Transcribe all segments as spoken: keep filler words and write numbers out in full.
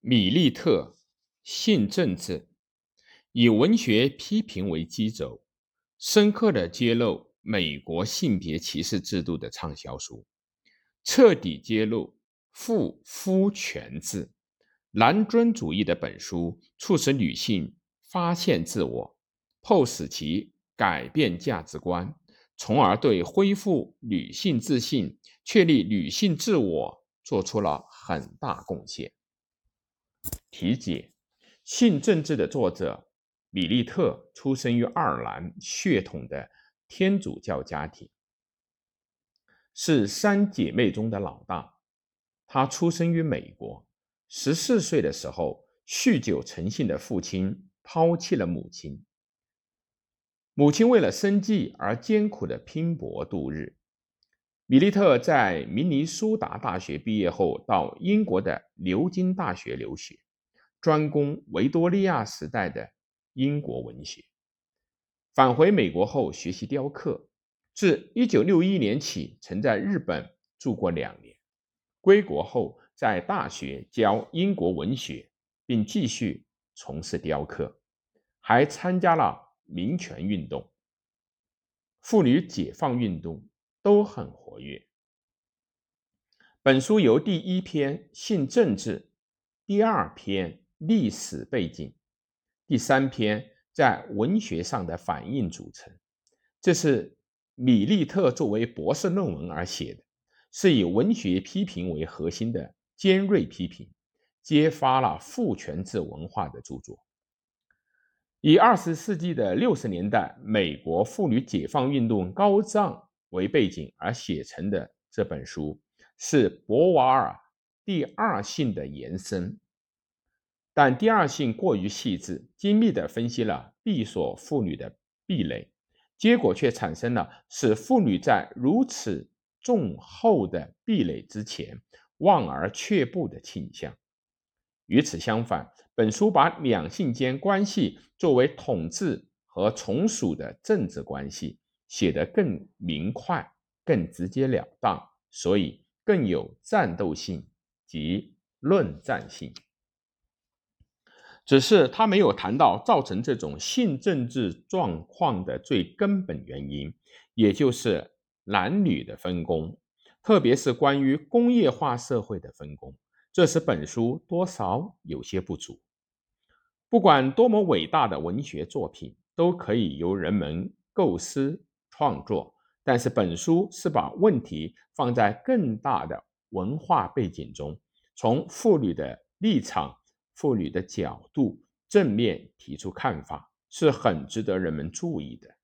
米利特性政治，以文学批评为基轴，深刻地揭露美国性别歧视制度的畅销书，彻底揭露父夫权制。男尊主义的本书促使女性发现自我，迫使其改变价值观，从而对恢复女性自信、确立女性自我做出了很大贡献。题解：性政治的作者米利特出生于爱尔兰血统的天主教家庭，是三姐妹中的老大。她出生于美国，十四岁的时候，酗酒成性的父亲抛弃了母亲，母亲为了生计而艰苦地拼搏度日。米利特在明尼苏达大学毕业后，到英国的牛津大学留学，专攻维多利亚时代的英国文学。返回美国后学习雕刻，自一九六一年起曾在日本住过两年。归国后在大学教英国文学，并继续从事雕刻，还参加了民权运动、妇女解放运动，都很活跃。本书由第一篇性政治、第二篇历史背景、第三篇在文学上的反应组成。这是米利特作为博士论文而写的，是以文学批评为核心的尖锐批评，揭发了父权制文化的著作。以二十世纪的六十年代美国妇女解放运动高涨为背景而写成的这本书，是博瓦尔第二性的延伸，但第二性过于细致，精密地分析了闭锁妇女的壁垒，结果却产生了使妇女在如此重厚的壁垒之前望而却步的倾向。与此相反，本书把两性间关系作为统治和从属的政治关系，写得更明快、更直截了当，所以更有战斗性及论战性。只是他没有谈到造成这种性政治状况的最根本原因，也就是男女的分工，特别是关于工业化社会的分工，这使本书多少有些不足。不管多么伟大的文学作品，都可以由人们构思创作，但是本书是把问题放在更大的文化背景中，从妇女的立场、妇女的角度正面提出看法，是很值得人们注意的。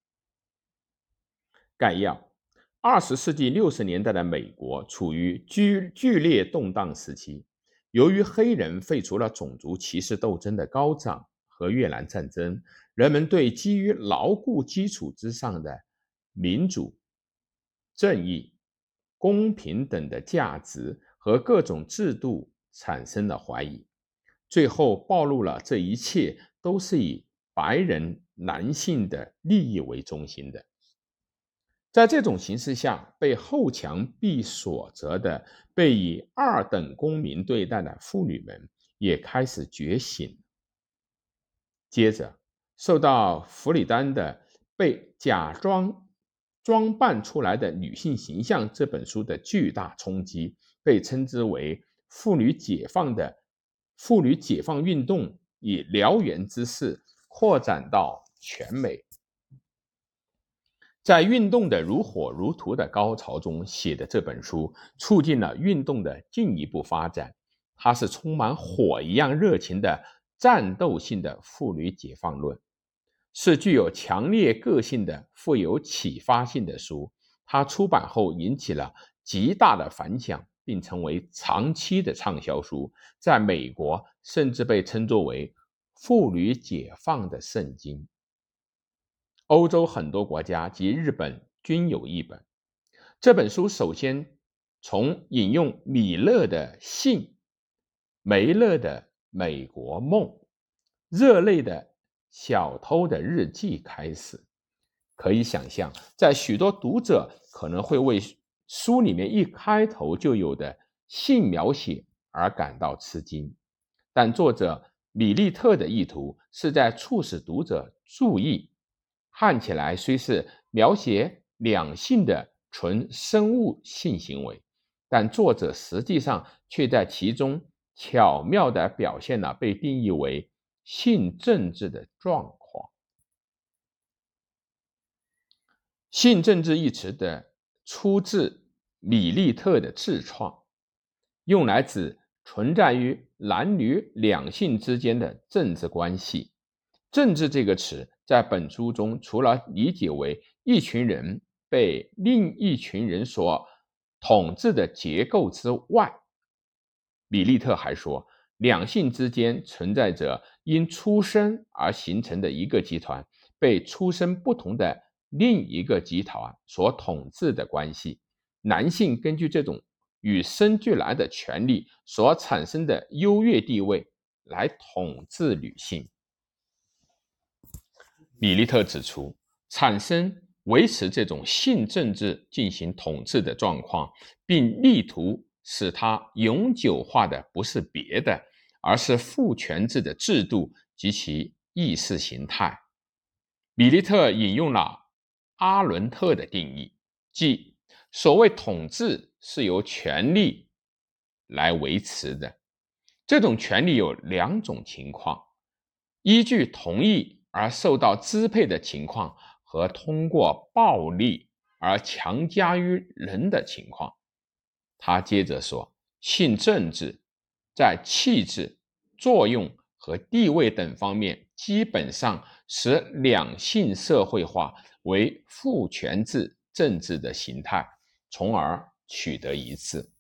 概要：二十世纪六十年代的美国处于剧剧烈动荡时期，由于黑人废除了种族歧视斗争的高涨和越南战争，人们对基于牢固基础之上的民主、正义、公平等的价值和各种制度产生了怀疑，最后暴露了这一切都是以白人男性的利益为中心的。在这种形势下，被后墙壁锁着的、被以二等公民对待的妇女们也开始觉醒。接着，受到弗里丹的《被假装装扮出来的女性形象》这本书的巨大冲击，被称之为妇女解放的妇女解放运动以燎原之势扩展到全美。在运动的如火如荼的高潮中写的这本书，促进了运动的进一步发展。它是充满火一样热情的战斗性的妇女解放论，是具有强烈个性的、富有启发性的书。它出版后引起了极大的反响，并成为长期的畅销书，在美国甚至被称作为妇女解放的圣经。欧洲很多国家及日本均有一本。这本书首先从引用米勒的《性》、梅勒的《美国梦》、热泪的小偷的日记开始。可以想象，在许多读者可能会为书里面一开头就有的性描写而感到吃惊。 但作者米利特的意图是在促使读者注意，看起来虽是描写两性的纯生物性行为，但作者实际上却在其中巧妙地表现了被定义为性政治的状况。性政治一词的出自米利特的自创，用来指存在于男女两性之间的政治关系。政治这个词在本书中，除了理解为一群人被另一群人所统治的结构之外，米利特还说，两性之间存在着因出生而形成的一个集团被出身不同的另一个集团所统治的关系。男性根据这种与生俱来的权利所产生的优越地位来统治女性。米利特指出，产生维持这种性政治进行统治的状况，并力图使它永久化的不是别的，而是父权制的制度及其意识形态。米利特引用了阿伦特的定义，即所谓统治是由权力来维持的。这种权力有两种情况：依据同意而受到支配的情况和通过暴力而强加于人的情况。他接着说，性政治在气质、作用和地位等方面基本上使两性社会化为父权制政治的形态，从而取得一致。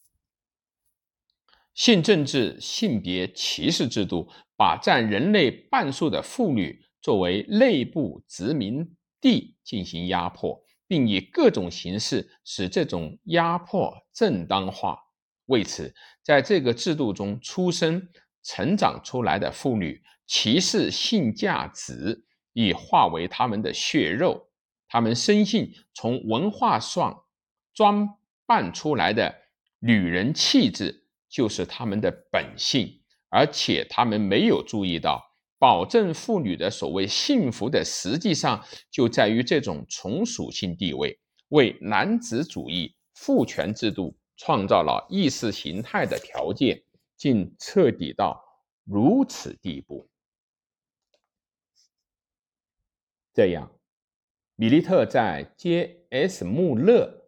性政治性别歧视制度把占人类半数的妇女作为内部殖民地进行压迫，并以各种形式使这种压迫正当化。为此，在这个制度中出生、成长出来的妇女，歧视性价值已化为他们的血肉。他们深信从文化上装扮出来的女人气质就是他们的本性，而且他们没有注意到，保证妇女的所谓幸福的实际上就在于这种从属性地位，为男子主义父权制度创造了意识形态的条件，竟彻底到如此地步。这样，米利特在 J S 穆勒、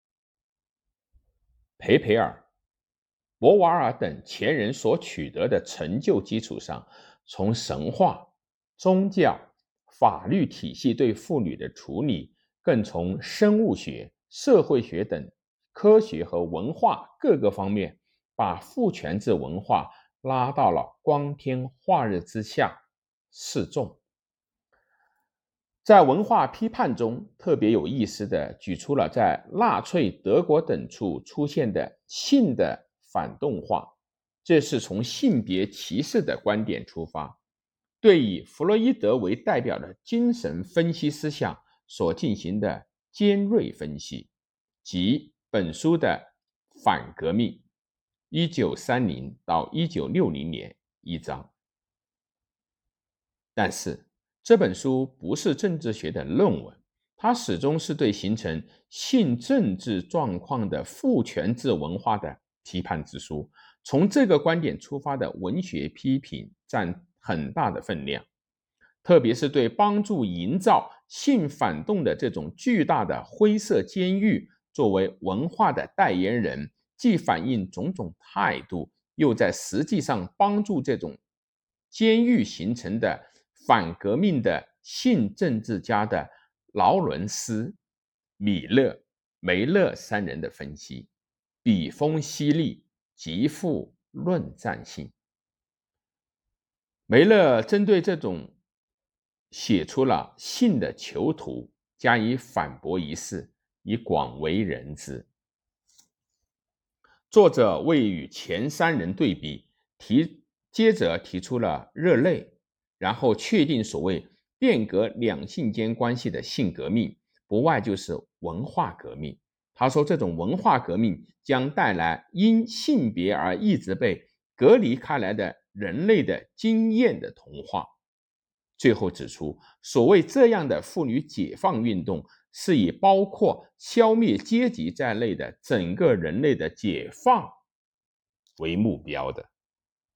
培培尔、博瓦尔等前人所取得的成就基础上，从神话、宗教、法律体系对妇女的处理，更从生物学、社会学等科学和文化各个方面，把父权制文化拉到了光天化日之下示众。在文化批判中，特别有意思的举出了在纳粹德国等处出现的性的反动化，这是从性别歧视的观点出发，对以弗洛伊德为代表的精神分析思想所进行的尖锐分析，即本书的反革命一九三零到一九六零年一章。但是这本书不是政治学的论文，它始终是对形成性政治状况的父权制文化的批判之书。从这个观点出发的文学批评占很大的分量，特别是对帮助营造性反动的这种巨大的灰色监狱作为文化的代言人，既反映种种态度，又在实际上帮助这种监狱形成的反革命的性政治家的劳伦斯、米勒、梅勒三人的分析，笔锋犀利，极富论战性。梅勒针对这种写出了性的囚徒，加以反驳一事，以广为人知。作者为与前三人对比，提接着提出了热泪，然后确定所谓变革两性间关系的性革命，不外就是文化革命。他说，这种文化革命将带来因性别而一直被隔离开来的人类的经验的同化。最后指出，所谓这样的妇女解放运动是以包括消灭阶级在内的整个人类的解放为目标的。